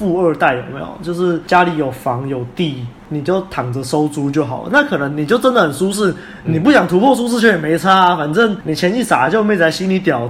富二代有没有？就是家里有房有地，你就躺着收租就好了。那可能你就真的很舒适，你不想突破舒适圈也没差啊，反正你钱一撒就妹子在心里屌。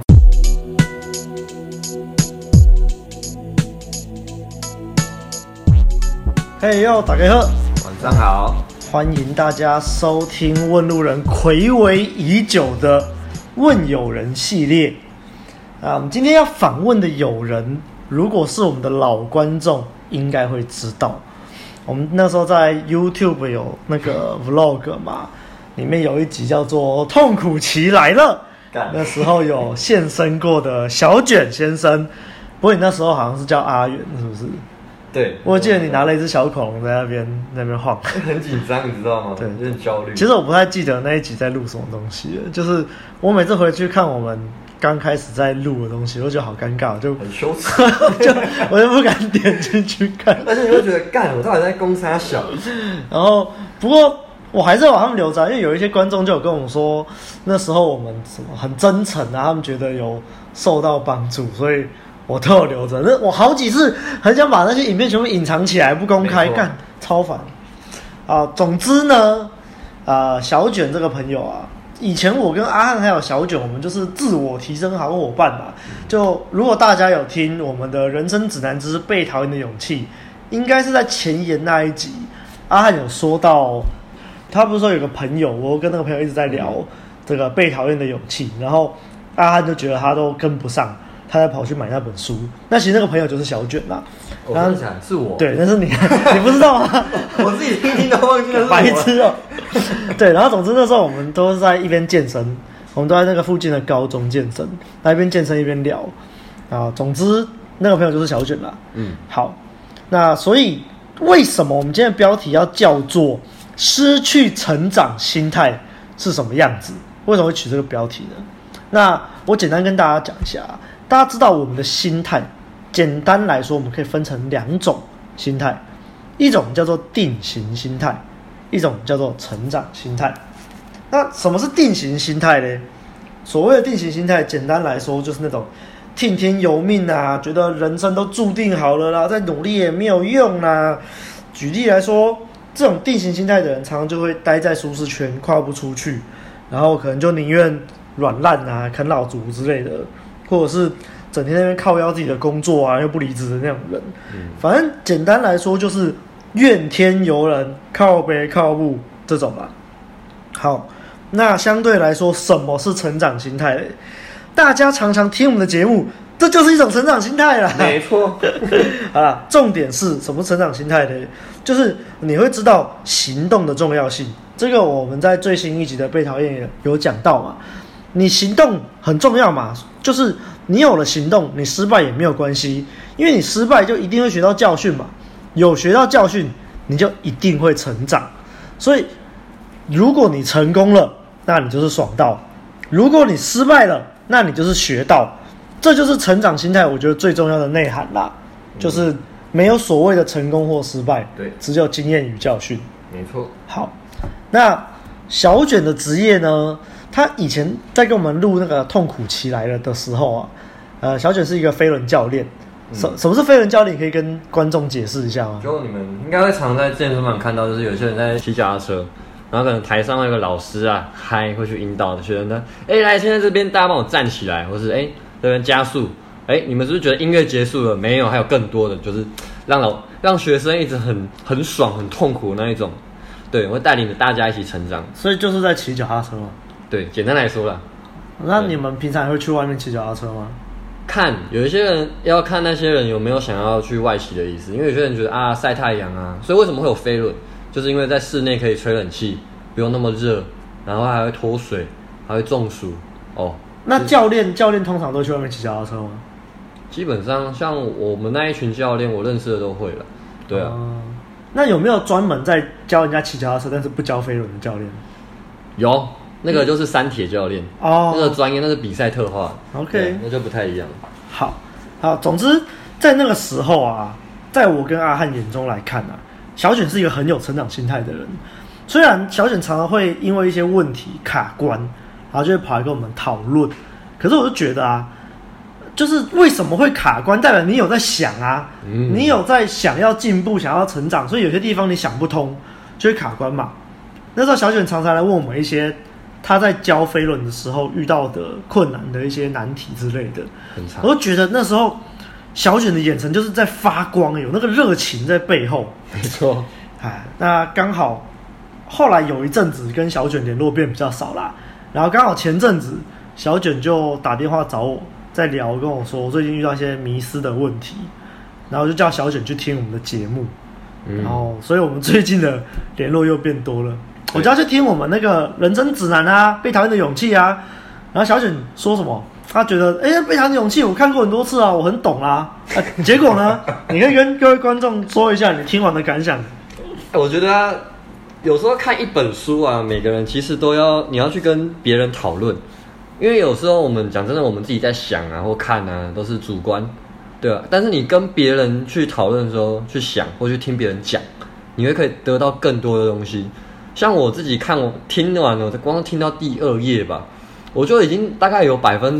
嘿哟，大家好， 晚上好， 欢迎大家收听问路人睽违已久的问友人系列。我们今天要访问的友人，如果是我们的老观众，应该会知道，我们那时候在 YouTube 有那个 Vlog 嘛，里面有一集叫做《痛苦期来了》，那时候有现身过的小卷先生，不过你那时候好像是叫阿元，是不是？ 对， 我记得你拿了一只小恐龙在那边晃， 很紧张，你知道吗？ 对， 有点焦虑。 其实我不太记得那一集在录什么东西了，就是我每次回去看我们刚开始在录的东西，我觉得好尴尬，就很羞耻， 我就不敢点进去看， 而且你会觉得干，我到底在攻杀小？ 然后不过我还是把他们留着，因为有一些观众就有跟我说，那时候我们什么很真诚啊，他们觉得有受到帮助，所以我都有留着。那我好几次很想把那些影片全部隐藏起来，不公开，干超烦啊！总之呢，小卷这个朋友啊，以前我跟阿汉还有小卷，我们就是自我提升好伙伴嘛。就如果大家有听我们的人生指南之被讨厌的勇气，应该是在前言那一集，阿汉有说到，他不是说有个朋友，我跟那个朋友一直在聊这个被讨厌的勇气，然后阿汉就觉得他都跟不上。他才跑去买那本书，那其实那个朋友就是小卷啦。 我跟你讲，是我。 对，那是你，你不知道吗？ 我自己听都忘记了， 白痴哦。对，然后总之那时候我们都是在一边健身，我们都在那个附近的高中健身，一边健身一边聊。总之那个朋友就是小卷啦。好，那所以为什么我们今天的标题要叫做“失去成长心态是什么样子”？为什么会取这个标题呢？那我简单跟大家讲一下。大家知道我们的心态，简单来说，我们可以分成两种心态，一种叫做定型心态，一种叫做成长心态。那什么是定型心态呢？所谓的定型心态，简单来说就是那种听天由命啊，觉得人生都注定好了啦，再努力也没有用啦。举例来说，这种定型心态的人，常常就会待在舒适圈，跨不出去，然后可能就宁愿软烂啊、啃老族之类的。或者是整天在那边靠腰自己的工作啊，又不离职的那种人，反正简单来说就是怨天尤人、靠北靠母这种吧。好，那相对来说，什么是成长心态嘞？大家常常听我们的节目，这就是一种成长心态啦。 没错。 重点是什么成长心态嘞？就是你会知道行动的重要性。这个我们在最新一集的被讨厌也有讲到嘛。你行动很重要嘛，就是你有了行动，你失败也没有关系，因为你失败就一定会学到教训嘛，有学到教训，你就一定会成长。所以，如果你成功了，那你就是爽到；如果你失败了，那你就是学到。这就是成长心态，我觉得最重要的内涵啦，就是没有所谓的成功或失败， 对， 只有经验与教训。 没错。好， 那小卷的职业呢？他以前在跟我们录那个痛苦期来了的时候啊，小卷是一个飞轮教练。什么是飞轮教练？你可以跟观众解释一下吗？ 就你们应该会常在健身房看到，就是有些人在骑脚踏车，然后可能台上那个老师啊，会去引导学生的，来，现在这边大家帮我站起来，或是这边加速，你们是不是觉得音乐结束了？没有，还有更多的，就是让学生一直很爽、很痛苦的那一种。对，我会带领着大家一起成长。 所以就是在骑脚踏车吗？ 对，简单来说啦。 那你们平常会去外面骑脚踏车吗？ 看，有一些人要看那些人有没有想要去外骑的意思，因为有些人觉得晒太阳啊，所以为什么会有飞轮？就是因为在室内可以吹冷气，不用那么热，然后还会脱水，还会中暑哦。 那教练通常都去外面骑脚踏车吗？ 基本上像我们那一群教练，我认识的都会了。对啊。 那有没有专门在教人家骑脚踏车，但是不教飞轮的教练？ 有。那个就是三铁教练那个专业，那是比赛特化。OK， 那就不太一样。 好，总之在那个时候啊，在我跟阿汉眼中来看啊，小卷是一个很有成长心态的人。虽然小卷常常会因为一些问题卡关，然后就会跑来跟我们讨论，可是我就觉得啊， 就是为什么会卡关，代表你有在想啊，你有在想要进步，想要成长，所以有些地方你想不通，就会卡关嘛。那时候小卷常常来问我们一些他在教飞轮的时候遇到的困难的一些难题之类的，我都觉得那时候小卷的眼神就是在发光，有那个热情在背后。 没错， 那刚好后来有一阵子跟小卷联络变比较少啦，然后刚好前阵子小卷就打电话找我，在聊，跟我说我最近遇到一些迷思的问题，然后就叫小卷去听我们的节目，然后所以我们最近的联络又变多了。我就要去听我们那个人生指南啊，被讨厌的勇气啊，然后小卷说什么？他觉得被讨厌的勇气我看过很多次啊，我很懂啦。结果呢，你可以跟各位观众说一下你听完的感想。 我觉得有时候看一本书啊，每个人其实你要去跟别人讨论，因为有时候我们讲真的，我们自己在想啊或看啊都是主观，对吧？但是你跟别人去讨论的时候，去想或去听别人讲，你会可以得到更多的东西。像我自己听完了，光听到第2页吧，我就已经大概有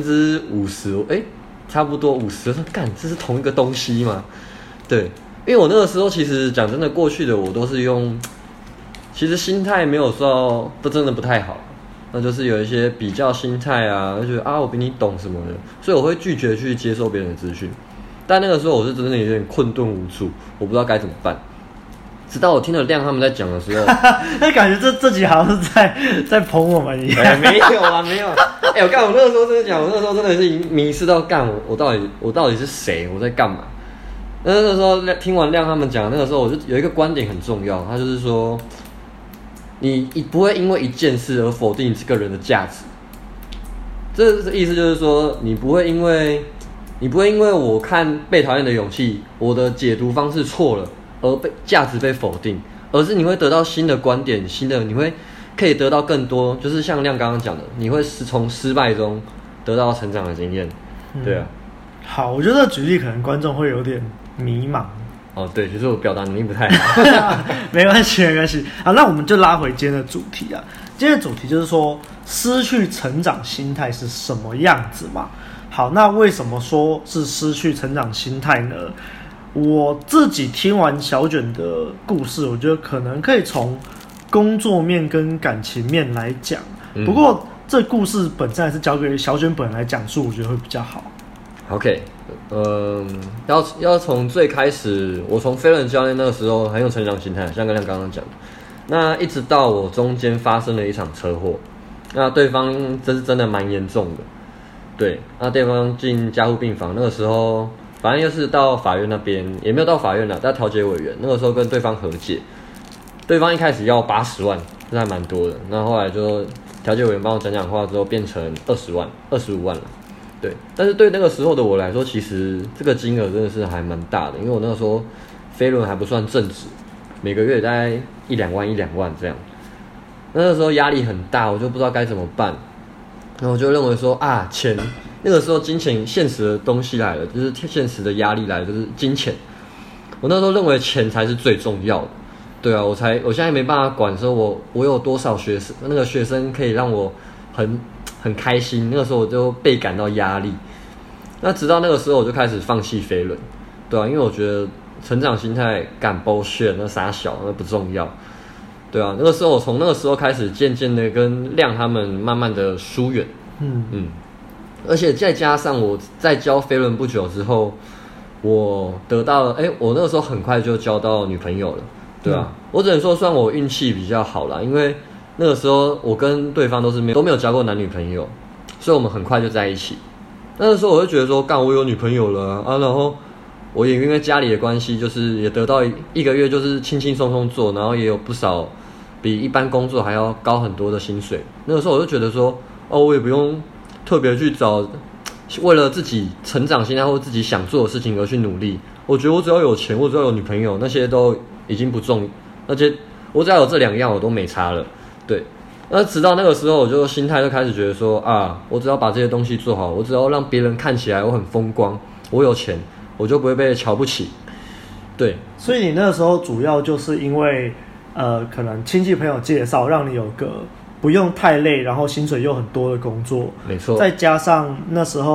50%，差不多50%，干，这是同一个东西吗？对，因为我那个时候其实讲真的，过去的我都是用，其实心态没有说都真的不太好，那就是有一些比较心态啊，就觉得我比你懂什么的，所以我会拒绝去接受别人的资讯。但那个时候我是真的有点困顿无助，我不知道该怎么办。直到我听了亮他们在讲的时候， 那感觉这集好像是在捧我们一样。 没有啊，没有。我干，我那个时候真的讲，我那个时候真的是已经迷失到干我到底是谁，我在干嘛？那个时候听完亮他们讲，那个时候我就有一个观点很重要，他就是说，你不会因为一件事而否定你这个人的价值。这意思就是说，你不会因为我看被讨厌的勇气，我的解读方式错了。而价值被否定，而是你会得到新的观点，你会可以得到更多，就是像亮刚刚讲的，你会从失败中得到成长的经验，对啊。 好，我觉得举例可能观众会有点迷茫。 对，其实我表达能力不太好。 没关系，没关系。好，那我们就拉回今天的主题啊。今天的主题就是说，失去成长心态是什么样子嘛？好，那为什么说是失去成长心态呢？我自己听完小卷的故事，我觉得可能可以从工作面跟感情面来讲。不过这故事本身还是交给小卷本人来讲述，我觉得会比较好。 OK，要从最开始，我从飞轮教练那个时候很有成长心态，像刚刚讲的，那一直到我中间发生了一场车祸，那对方这是真的蛮严重的，对，那对方进加护病房，那个时候。反正又是到法院那边，也没有到法院啦，在调解委员那个时候跟对方和解，对方一开始要80万，这还蛮多的。那后来就调解委员帮我讲话之后，变成25万了。对，但是对那个时候的我来说，其实这个金额真的是还蛮大的，因为我那个时候飞轮还不算正职，每个月大概1-2万这样。那个时候压力很大，我就不知道该怎么办。然后我就认为说钱。那个时候金钱现实的东西来了，就是现实的压力来了，就是金钱。我那时候认为钱才是最重要的，对啊，我现在没办法管说我有多少学生，那个学生可以让我很开心。那个时候我就倍感到压力。那直到那个时候我就开始放弃飞轮，对啊，因为我觉得成长心态干bullshit，那傻小那不重要，对啊。那个时候我从那个时候开始渐渐的跟亮他们慢慢的疏远，而且再加上我在教飞轮不久之后，我得到了，我那个时候很快就交到女朋友了，对啊，我只能说算我运气比较好啦，因为那个时候我跟对方都没有交过男女朋友，所以我们很快就在一起。那个时候我就觉得说，干，我有女朋友了啊，然后我也因为家里的关系，就是也得到一个月就是轻轻松松做，然后也有不少比一般工作还要高很多的薪水。那个时候我就觉得说，我也不用特别去找为了自己成长心态或自己想做的事情而去努力。我觉得我只要有钱，我只要有女朋友，那些都已经不重，而且我只要有这2样，我都没差了。对，那直到那个时候，我就心态就开始觉得说我只要把这些东西做好，我只要让别人看起来我很风光，我有钱，我就不会被瞧不起。对， 所以你那个时候主要就是因为可能亲戚朋友介绍，让你有个不用太累，然后薪水又很多的工作， 没错。 再加上那时候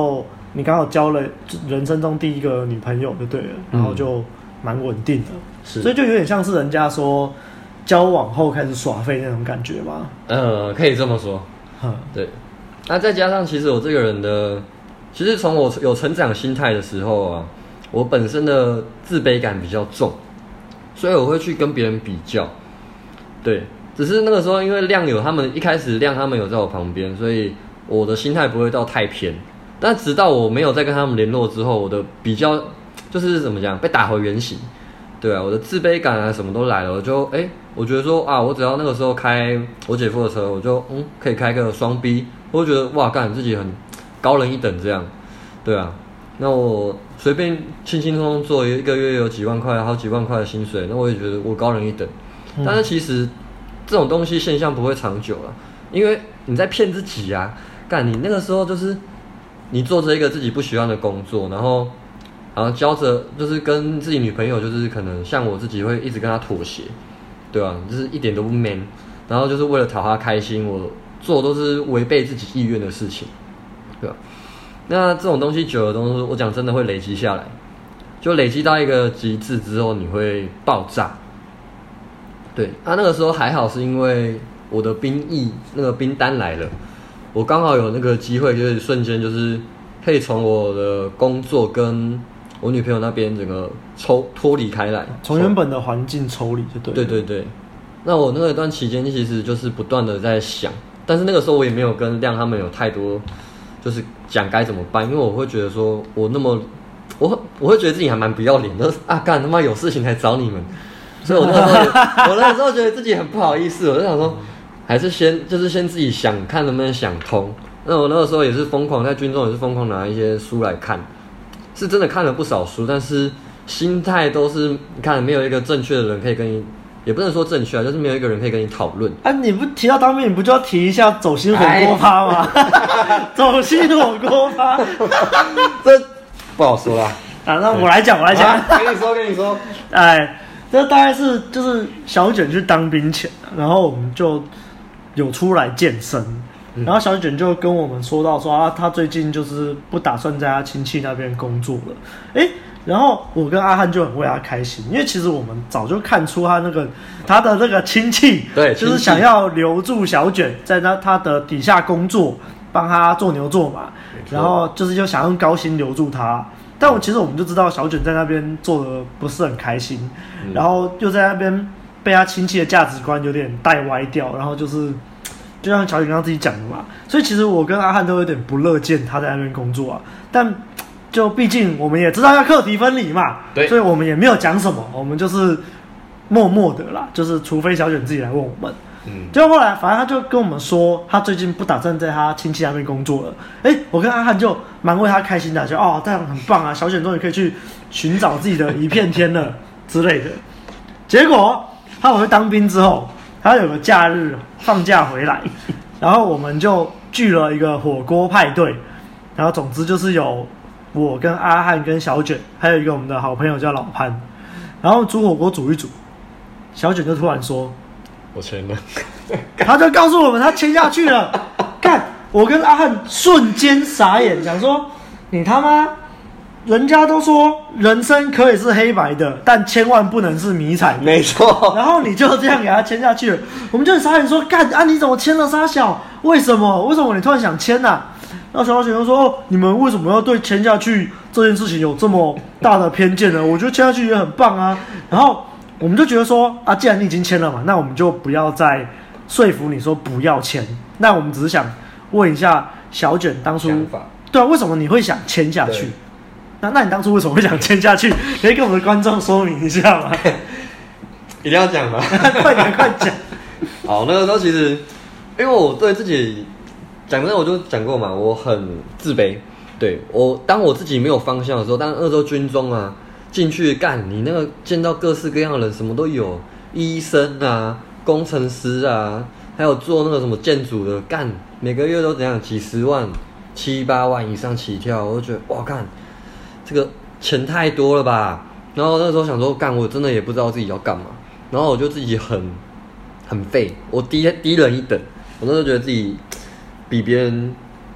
你刚好交了人生中第一个女朋友就对了，然后就蛮稳定的，所以就有点像是人家说交往后开始耍废那种感觉嘛。 可以这么说。对。那再加上其实我这个人的，其实从我有成长心态的时候啊，我本身的自卑感比较重，所以我会去跟别人比较。对，只是那个时候因为一开始亮他们有在我旁边，所以我的心态不会到太偏。但直到我没有再跟他们联络之后，我的比较就是怎么讲，被打回原形。对啊，我的自卑感啊什么都来了，我觉得说啊，我只要那个时候开我姐夫的车，我就可以开个双 B， 我就觉得哇，干自己很高人一等这样。对啊，那我随便轻轻松松做一个月有几万块、好几万块的薪水，那我也觉得我高人一等。但是其实这种东西现象不会长久了，因为你在骗自己啊。干你那个时候就是你做着一个自己不喜欢的工作，然后交着就是跟自己女朋友，就是可能像我自己会一直跟她妥协，对吧？就是一点都不 man， 然后就是为了讨她开心，我做都是违背自己意愿的事情，对吧？那这种东西久了东西，我讲真的会累积下来，就累积到一个极致之后，你会爆炸。对，那个时候还好，是因为我的兵役那个兵单来了，我刚好有那个机会，就是瞬间就是可以从我的工作跟我女朋友那边整个脱离开来， 从原本的环境抽离就对了。 对。那我那段期间其实就是不断的在想，但是那个时候我也没有跟亮他们有太多就是讲该怎么办，因为我会觉得说我会觉得自己还蛮不要脸的啊，干他妈有事情才找你们，所以我那个时候觉得自己很不好意思，我就想说还是先自己想看能不能想通。那我那个时候也是疯狂在军中也是疯狂拿一些书来看。是真的看了不少书，但是心态都是你看没有一个正确的人可以跟你，也不能说正确啊，就是没有一个人可以跟你讨论。 啊，你不提到当兵，你不就要提一下走心火锅趴吗？走心火锅趴， 这不好说啦。 那我来讲， 跟你说， 这大概是就是小卷去当兵前，然后我们就有出来健身。然后小卷就跟我们说到说他最近就是不打算在他亲戚那边工作了，然后我跟阿汉就很为他开心，因为其实我们早就看出他的那个亲戚， 对， 就是想要留住小卷在他的底下工作，帮他做牛做马，然后就想用高薪留住他。但其实我们就知道小卷在那边做的不是很开心，然后又在那边被他亲戚的价值观有点带歪掉，然后就像小卷刚刚自己讲的嘛，所以其实我跟阿汉都有点不乐见他在那边工作啊。但就毕竟我们也知道要课题分离嘛，对，所以我们也没有讲什么，我们就是默默的啦，就是除非小卷自己来问我们。结果后来反正他就跟我们说，他最近不打算在他亲戚那边工作了。我跟阿汉就蛮为他开心的，就这样很棒啊，小卷终于可以去寻找自己的一片天了之类的。结果他回当兵之后，他有个假日放假回来，然后我们就聚了一个火锅派对，然后总之就是有我跟阿汉跟小卷，还有一个我们的好朋友叫老潘，然后煮火锅煮一煮，小卷就突然说我签了， 他就告诉我们他签下去了。干，我跟阿汉瞬间傻眼，想说你他妈，人家都说人生可以是黑白的，但千万不能是迷彩的。 没错。 然后你就这样给他签下去了，我们就很傻眼说，干啊，你怎么签了沙小？为什么你突然想签啊？然后小雪就说，你们为什么要对签下去这件事情有这么大的偏见呢？我觉得签下去也很棒啊。然后我们就觉得说，既然你已经签了嘛，那我们就不要再说服你说不要签。那我们只是想问一下小卷当初，对啊，为什么你会想签下去？那你当初为什么会想签下去？可以跟我们的观众说明一下吗？ 一定要讲吗？ 快讲。 好，那个时候其实，因为我对自己讲真的，我就讲过嘛，我很自卑。对，当我自己没有方向的时候，当那时候军中啊，进去干，你那个见到各式各样的人，什么都有，医生啊、工程师啊，还有做那个什么建筑的，干，每个月都怎样，几十万、7、8万以上起跳，我就觉得哇，干，这个钱太多了吧。然后那时候想说，干，我真的也不知道自己要干嘛，然后我就自己很废，我低人一等，我那时候觉得自己比别人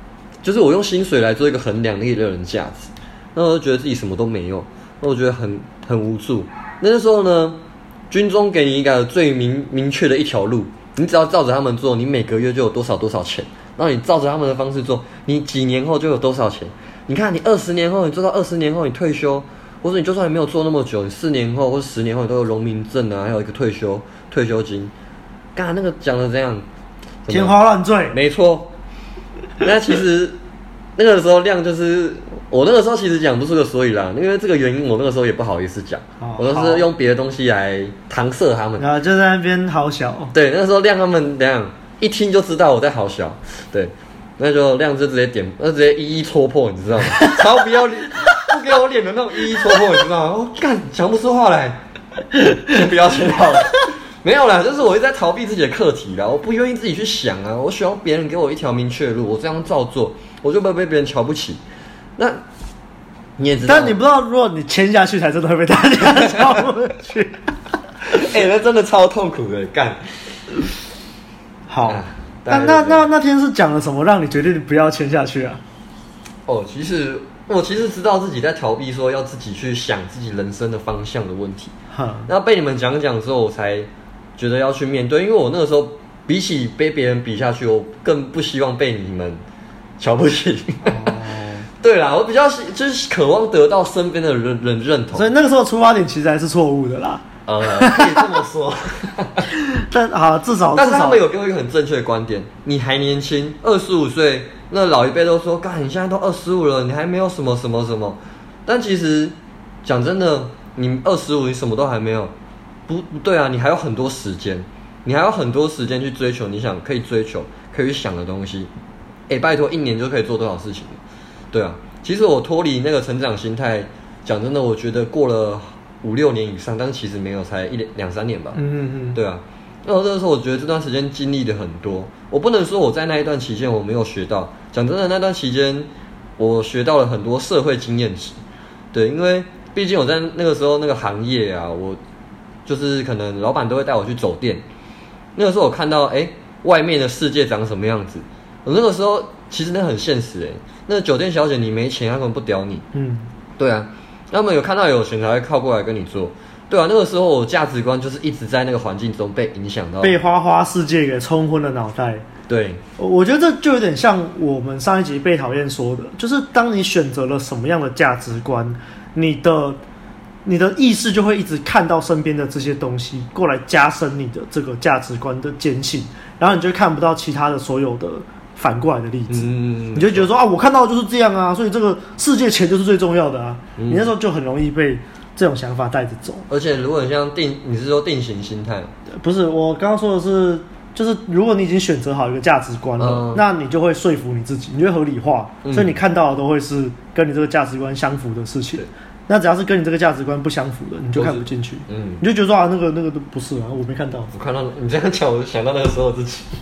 就是我用薪水来做一个衡量那个人价值，那我就觉得自己什么都没有，那我觉得很无助。那时候呢，军中给你一个最明确的一条路，你只要照着他们做，你每个月就有多少钱，然后你照着他们的方式做，你几年后就有多少钱。你看，你20年后，你做到20年后你退休，或者你就算你没有做那么久，你4年后或者10年后你都有荣民证啊，还有一个退休金。刚才那个讲的这样， 天花乱坠， 没错。那其实那个时候量就是我那个时候其实讲不出个所以然，因为这个原因我那个时候也不好意思讲，我都是用别的东西来搪塞他们。 然后就在那边好小。 对，那个时候量他们这样一听就知道我在好小。对，那就量就直接直接一一戳破，你知道吗？超不要脸，不给我脸的那种一一戳破，你知道吗？我干讲不出话来，先不要先好了。没有啦，就是我一直在逃避自己的课题啦，我不愿意自己去想啊，我希望别人给我一条明确的路，我这样照做，我就不会被别人瞧不起。那你也知道， 但你不知道，如果你签下去，才真的会被大家瞧不起。 那真的超痛苦的，干。 好，那天是讲了什么让你决定不要签下去啊？ 其实我知道自己在逃避，说要自己去想自己人生的方向的问题。那被你们讲之后，我才觉得要去面对，因为我那个时候比起被别人比下去，我更不希望被你们瞧不起。对啦，我比较就是渴望得到身边的人认同， 所以那个时候出发点其实还是错误的啦。 可以这么说。 但好，至少他们有给我一个很正确的观点：你还年轻，25岁，那老一辈都说，干，你现在都25了，你还没有什么什么什么。但其实讲真的，你25，你什么都还没有，不对啊，你还有很多时间，你还有很多时间去追求你可以追求、可以去想的东西。拜托，1年就可以做多少事情了？对啊，其实我脱离那个成长心态，讲真的，我觉得过了5-6年以上，但是其实没有，才2-3年吧。对啊。那我那个时候，我觉得这段时间经历的很多，我不能说我在那一段期间我没有学到。讲真的，那段期间我学到了很多社会经验值。对，因为毕竟我在那个时候那个行业啊，我就是可能老板都会带我去走店。那个时候我看到外面的世界长什么样子。我那个时候其实那很现实那个酒店小姐你没钱，她根本不屌你。对啊，他们有看到有钱才会靠过来跟你做。对啊，那个时候我价值观就是一直在那个环境中被影响到， 被花花世界给冲昏了脑袋。 对， 我觉得这就有点像我们上一集被讨厌说的，就是当你选择了什么样的价值观，你的意识就会一直看到身边的这些东西过来加深你的这个价值观的坚信，然后你就看不到其他的所有的反过来的例子。你就觉得说啊，我看到的就是这样啊，所以这个世界钱就是最重要的啊。你那时候就很容易被这种想法带着走。 而且如果你像你是说定型心态？ 不是，我刚刚说的是，就是如果你已经选择好一个价值观了，那你就会说服你自己，你就会合理化，所以你看到的都会是跟你这个价值观相符的事情。那只要是跟你这个价值观不相符的，你就看不进去。你就觉得说啊，那个都不是啊，我没看到。 我看到你这样讲，我就想到那个时候自己。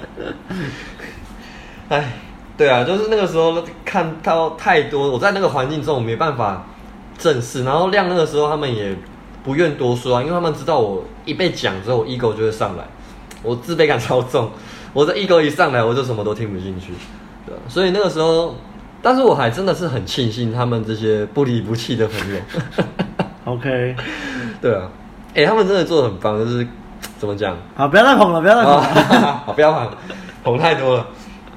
对啊，就是那个时候看到太多，我在那个环境中我没办法正视，然后亮那个时候他们也不愿多说啊，因为他们知道我一被讲之后，我 ego 就会上来，我自卑感超重，我的 ego 一上来，我就什么都听不进去，对啊，所以那个时候，但是我还真的是很庆幸他们这些不离不弃的朋友。 OK， 对啊，他们真的做得很棒，就是怎么讲？ 好，不要再捧了，不要再捧了， 好，不要捧太多了。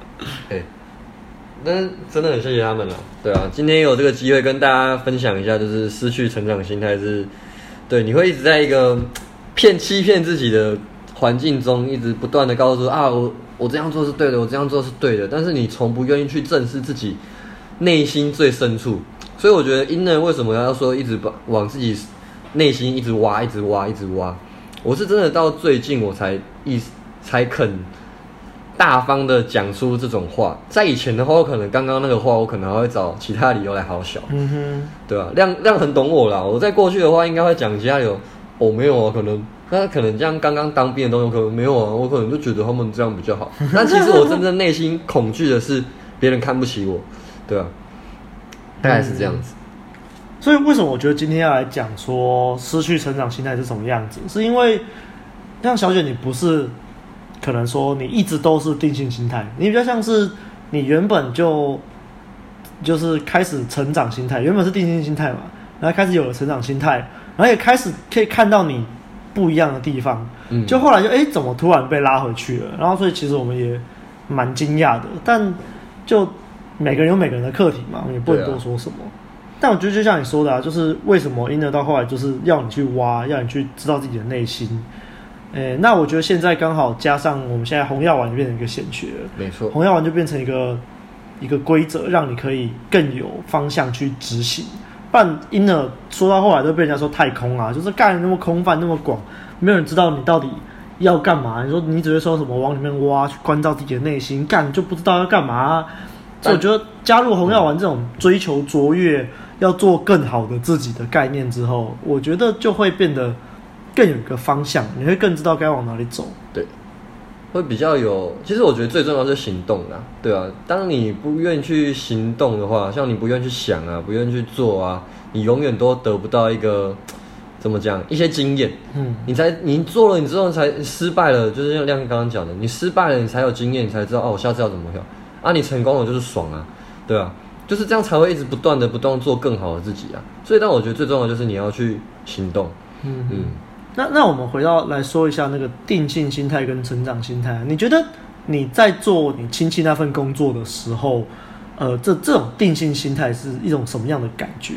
但是真的很谢谢他们了，对啊，今天有这个机会跟大家分享一下，就是失去成长心态是，对，你会一直在一个欺骗自己的环境中，一直不断的告诉说啊，我这样做是对的，我这样做是对的，但是你从不愿意去正视自己内心最深处，所以我觉得因人为什么要说一直往自己内心一直挖，一直挖，一直挖，我是真的到最近我才肯大方的讲出这种话，在以前的话，我可能刚刚那个话，我可能还会找其他理由来好小，对吧？亮很懂我啦。我在过去的话，应该会讲其他理由。没有啊，可能这样刚刚当兵的东西，可能没有啊，我可能就觉得他们这样比较好。但其实我真正内心恐惧的是别人看不起我，对吧？大概是这样子。 所以为什么我觉得今天要来讲说失去成长心态是什么样子？是因为像小姐，你不是可能说你一直都是定性心态，你比较像是你原本就是开始成长心态，原本是定性心态嘛，然后开始有了成长心态，然后也开始可以看到你不一样的地方，就后来就怎么突然被拉回去了，然后所以其实我们也蛮惊讶的，但就每个人有每个人的课题嘛，我们也不能多说什么。但我觉得就像你说的啊，就是为什么inner到后来就是要你去挖，要你去知道自己的内心。那我觉得现在刚好加上我们现在红药丸就变成一个显学了， 没错， 红药丸就变成一个规则，让你可以更有方向去执行。不然inner说到后来都被人家说太空啊，就是干那么空泛那么广，没有人知道你到底要干嘛。你说你只会说什么往里面挖，去关照自己的内心，干就不知道要干嘛啊。所以我觉得加入红药丸这种追求卓越，要做更好的自己的概念之后，我觉得就会变得更有一个方向，你会更知道该往哪里走。 对，会比较有。其实我觉得最重要是行动啦，对啊。当你不愿意去行动的话，像你不愿意去想啊，不愿意去做啊，你永远都得不到一个怎么讲一些经验。你做了，你之后才失败了，就是像亮哥刚刚讲的，你失败了，你才有经验，你才知道我下次要怎么调。你成功了就是爽啊，对啊。就是这样才会一直不断做更好的自己啊，所以但我觉得最重要的就是你要去行动。 那我们回到来说一下那个定性心态跟成长心态，你觉得你在做你亲戚那份工作的时候，这种定性心态是一种什么样的感觉？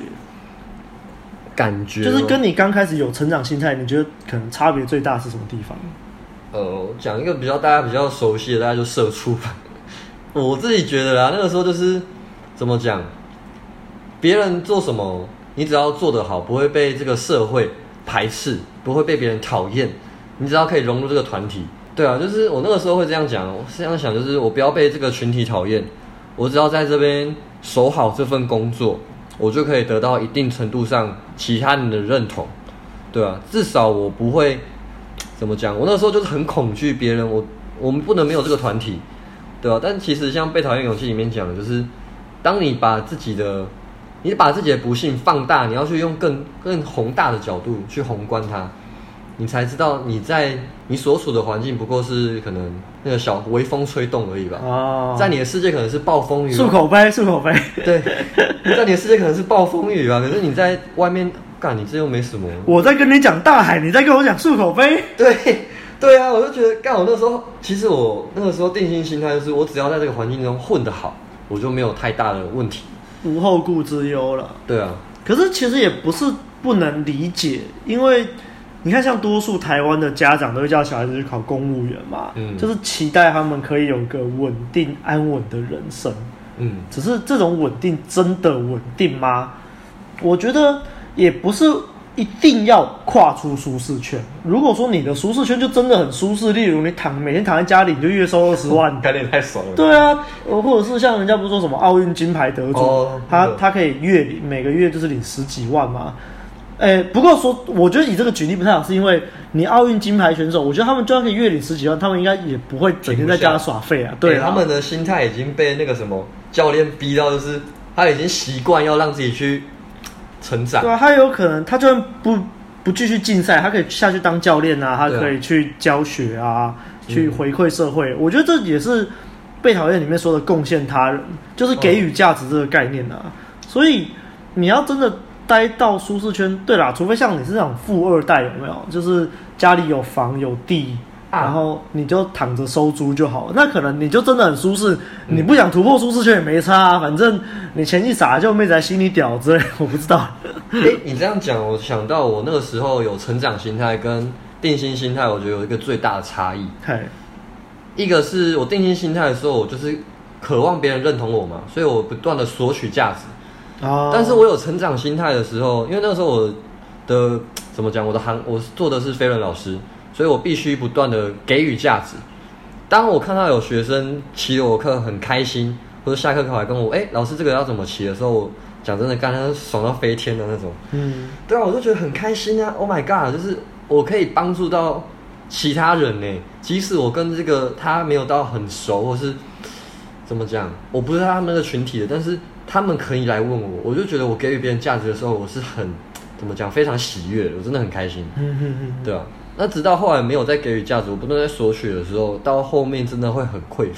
就是跟你刚开始有成长心态，你觉得可能差别最大是什么地方？ 讲一个大家比较熟悉的，大家就社畜吧。我自己觉得啦，那个时候就是怎么讲，别人做什么，你只要做得好，不会被这个社会排斥，不会被别人讨厌，你只要可以融入这个团体。对啊，就是我那个时候会这样讲，我是这样想，就是我不要被这个群体讨厌，我只要在这边守好这份工作，我就可以得到一定程度上其他人的认同。对啊，至少我不会怎么讲，我那时候就是很恐惧别人，我们不能没有这个团体。对啊，但其实像《被讨厌勇气》里面讲的，就是当你把自己的不幸放大，你要去用更宏大的角度去宏观它，你才知道你在你所处的环境不过是可能那个小微风吹动而已吧。在你的世界可能是暴风雨。 漱口杯。 对，在你的世界可能是暴风雨吧，可是你在外面干，你这又没什么。 我在跟你讲大海，你在跟我讲漱口杯。 对啊，我就觉得干，我那时候其实我那个时候定性心态就是，我只要在这个环境中混得好，我就没有太大的问题， 无后顾之忧了。 对啊， 可是其实也不是不能理解，因为你看，像多数台湾的家长都会叫小孩子去考公务员嘛，就是期待他们可以有一个稳定安稳的人生。只是这种稳定真的稳定吗？我觉得也不是一定要跨出舒适圈。如果说你的舒适圈就真的很舒适，例如你每天躺在家里你就月收20万， 概念太爽了。 对啊，或者是像人家不是说什么奥运金牌得主，他可以每个月就是领10几万嘛。不过说我觉得以这个举例不太好，是因为你奥运金牌选手，我觉得他们就算可以月领10几万，他们应该也不会整天在家耍废啊。对， 他们的心态已经被那个什么教练逼到，就是他已经习惯要让自己去成长。 对啊，他有可能他就算不继续竞赛，他可以下去当教练啊，他可以去教学啊，去回馈社会。我觉得这也是被讨厌里面说的贡献他人，就是给予价值这个概念啊。所以你要真的待到舒适圈，对啦，除非像你是那种富二代，有没有？就是家里有房有地，然后你就躺着收租就好了。那可能你就真的很舒适，你不想突破舒适圈也没差啊，反正你钱一撒就妹子来吸你屌之类，我不知道。 你这样讲，我想到我那个时候有成长心态跟定心心态，我觉得有一个最大的差异。一个是我定心心态的时候，我就是渴望别人认同我嘛，所以我不断的索取价值。但是我有成长心态的时候，因为那个时候我的怎么讲，我做的是飞轮老师，所以我必须不断的给予价值。当我看到有学生骑我课很开心，或者下课考来跟我，老师这个要怎么骑的时候，我讲真的，刚刚爽到飞天的那种。对啊，我就觉得很开心啊 ！Oh my god， 就是我可以帮助到其他人呢，即使我跟这个他没有到很熟，或是怎么讲，我不是他们那个群体的，但是他们可以来问我，我就觉得我给予别人价值的时候，我是很怎么讲，非常喜悦的，我真的很开心。对啊。那直到后来没有再给予价值，我不断在索取的时候，到后面真的会很匮乏。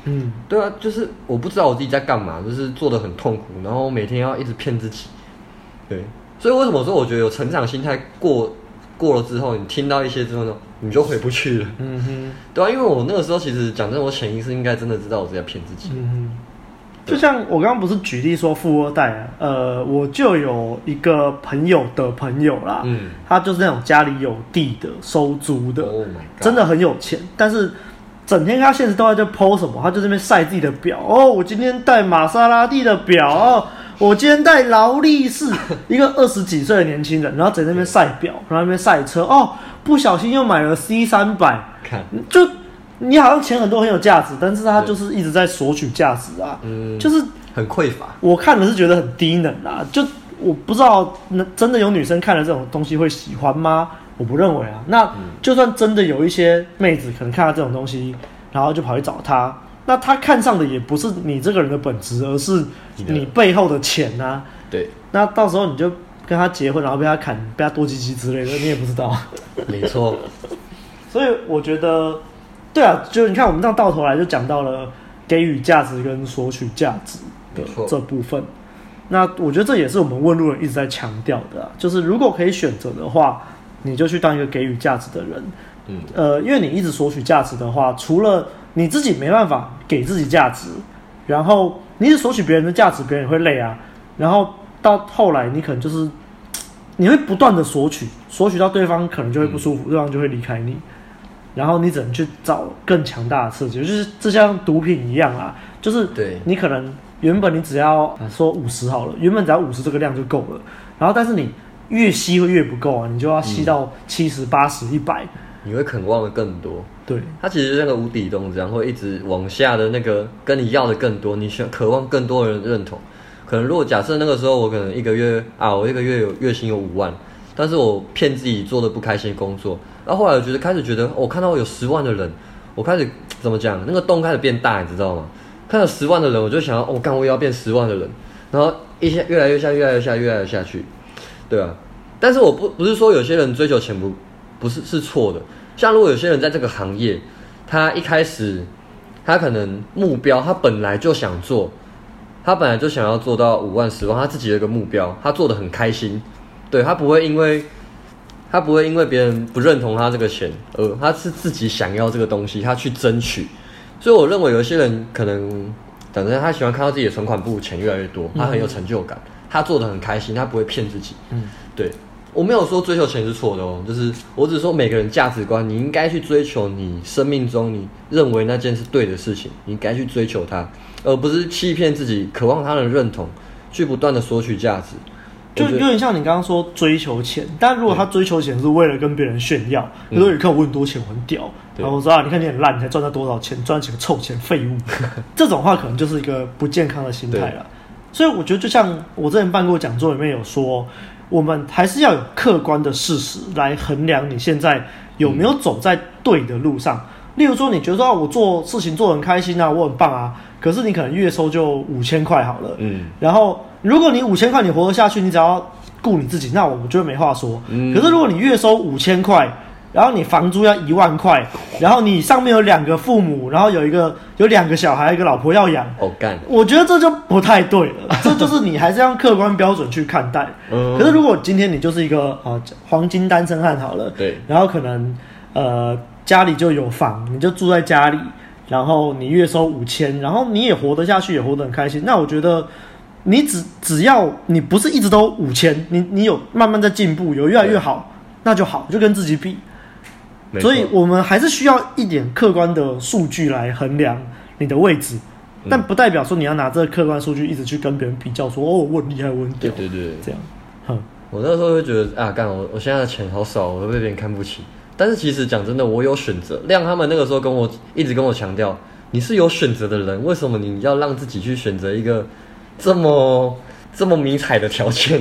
对啊，就是我不知道我自己在干嘛，就是做得很痛苦，然后每天要一直骗自己。对，所以为什么说我觉得有成长心态过了之后，你听到一些之后呢，你就回不去了。对啊，因为我那个时候其实讲真的，我潜意识应该真的知道我自己在骗自己。 就像我刚刚不是举例说富二代啊，我就有一个朋友的朋友啦，他就是那种家里有地的、收租的，真的很有钱，但是整天他现实都在这 po 什么，他就在那边晒自己的表哦，我今天戴玛莎拉蒂的表哦，我今天戴劳力士，一个20几岁的年轻人，然后在那边晒表，然后那边晒车哦，不小心又买了 C300，就。你好像钱很多很有价值，但是他就是一直在索取价值啊，就是很匮乏。我看了是觉得很低能啦，就我不知道真的有女生看了这种东西会喜欢吗？我不认为啊。那就算真的有一些妹子可能看到这种东西，然后就跑去找他，那他看上的也不是你这个人的本质，而是你背后的钱啊。 对， 那到时候你就跟他结婚，然后被他砍，被他多鸡鸡之类的，你也不知道。 没错。 所以我觉得。对啊，就你看，我们这样到头来就讲到了给予价值跟索取价值的这部分。那我觉得这也是我们问路人一直在强调的啊，就是如果可以选择的话，你就去当一个给予价值的人。因为你一直索取价值的话，除了你自己没办法给自己价值，然后你一直索取别人的价值，别人也会累啊。然后到后来，你可能就是你会不断的索取到对方可能就会不舒服，对方就会离开你。然后你只能去找更强大的刺激，就是这像毒品一样啊，就是你可能原本你只要说50好了，原本只要50这个量就够了，然后但是你越吸会越不够啊，你就要吸到70、80、100， 你会渴望的更多。 对， 它其实那个无底洞这样会一直往下的那个跟你要的更多，你渴望更多人认同。可能如果假设那个时候我可能我一个月有月薪有5万，但是我骗自己做的不开心的工作。然后后来我开始觉得，我看到有10万的人，我开始怎么讲，那个洞开始变大，你知道吗？看到10万的人，我就想要，我也要变10万的人，然后越来越下去，对啊。但是我不是说有些人追求钱不是错的，像如果有些人在这个行业，他一开始他可能目标他本来就想做，他本来就想要做到5万10万，他自己有一个目标，他做得很开心，对，他不会因为别人不认同他这个钱，他是自己想要这个东西，他去争取。所以我认为有些人可能，反正他喜欢看到自己的存款簿钱越来越多，他很有成就感，他做得很开心，他不会骗自己。对，我没有说追求钱是错的哦，就是我只是说每个人价值观，你应该去追求你生命中你认为那件是对的事情，你应该去追求它，而不是欺骗自己，渴望他人认同，去不断的索取价值。 就有点像你刚刚说追求钱，但如果他追求钱是为了跟别人炫耀，比如说你看我很多钱，我很屌，然后我说你看你很烂，你才赚到多少钱，赚几个臭钱废物，这种话可能就是一个不健康的心态了。所以我觉得就像我之前办过讲座里面有说，我们还是要有客观的事实来衡量你现在有没有走在对的路上。例如说你觉得说我做事情做得很开心啊，我很棒啊，可是你可能月收就5000块好了，然后如果你5000块你活得下去，你只要顾你自己，那我觉得没话说。可是如果你月收5000块，然后你房租要1万块，然后你上面有2个父母，然后有2个小孩，一个老婆要养，我觉得这就不太对了。这就是你还是要用客观标准去看待。可是如果今天你就是一个黄金单身汉好了， 对， 然后可能家里就有房，你就住在家里，然后你月收5000，然后你也活得下去，也活得很开心。那我觉得你只要你不是一直都5000，你有慢慢在进步，有越来越好，那就好，就跟自己比。所以我们还是需要一点客观的数据来衡量你的位置，但不代表说你要拿这个客观数据一直去跟别人比较，说我很厉害，我很屌， 对， 这样。 我那时候会觉得我现在的钱好少，我会被别人看不起。但是其实讲真的，我有选择。他们那个时候一直跟我强调，你是有选择的人，为什么你要让自己去选择一个这么迷彩的条件？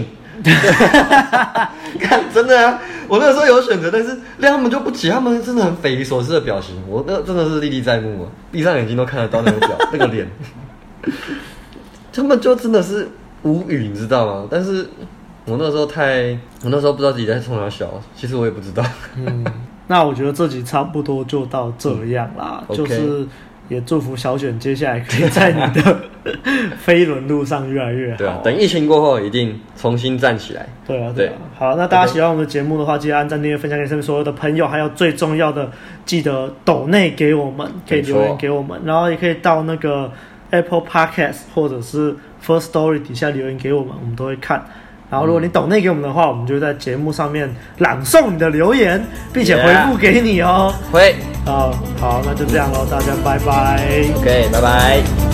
看，真的啊，我那个时候有选择，但是他们就不起，他们真的很匪夷所思的表情，我那真的是历历在目啊，闭上眼睛都看得到那个那个脸，他们就真的是无语，你知道吗？但是我那时候不知道自己在冲哪小，其实我也不知道。 那我觉得这集差不多就到这样啦，就是也祝福小卷接下来可以在你的飞轮路上越来越好。 对啊，等疫情过后一定重新站起来。 对啊，对啊。好，那大家喜欢我们的节目的话，记得按赞、订阅、分享给身边所有的朋友，还有最重要的，记得抖内给我们，可以留言给我们，然后也可以到那个 Apple Podcast 或者是 First Story 底下留言给我们，我们都会看。然后如果你抖内给我们的话，我们就会在节目上面朗诵你的留言，并且回复给你哦。 会。 好，那就这样咯，大家拜拜。 OK， 拜拜。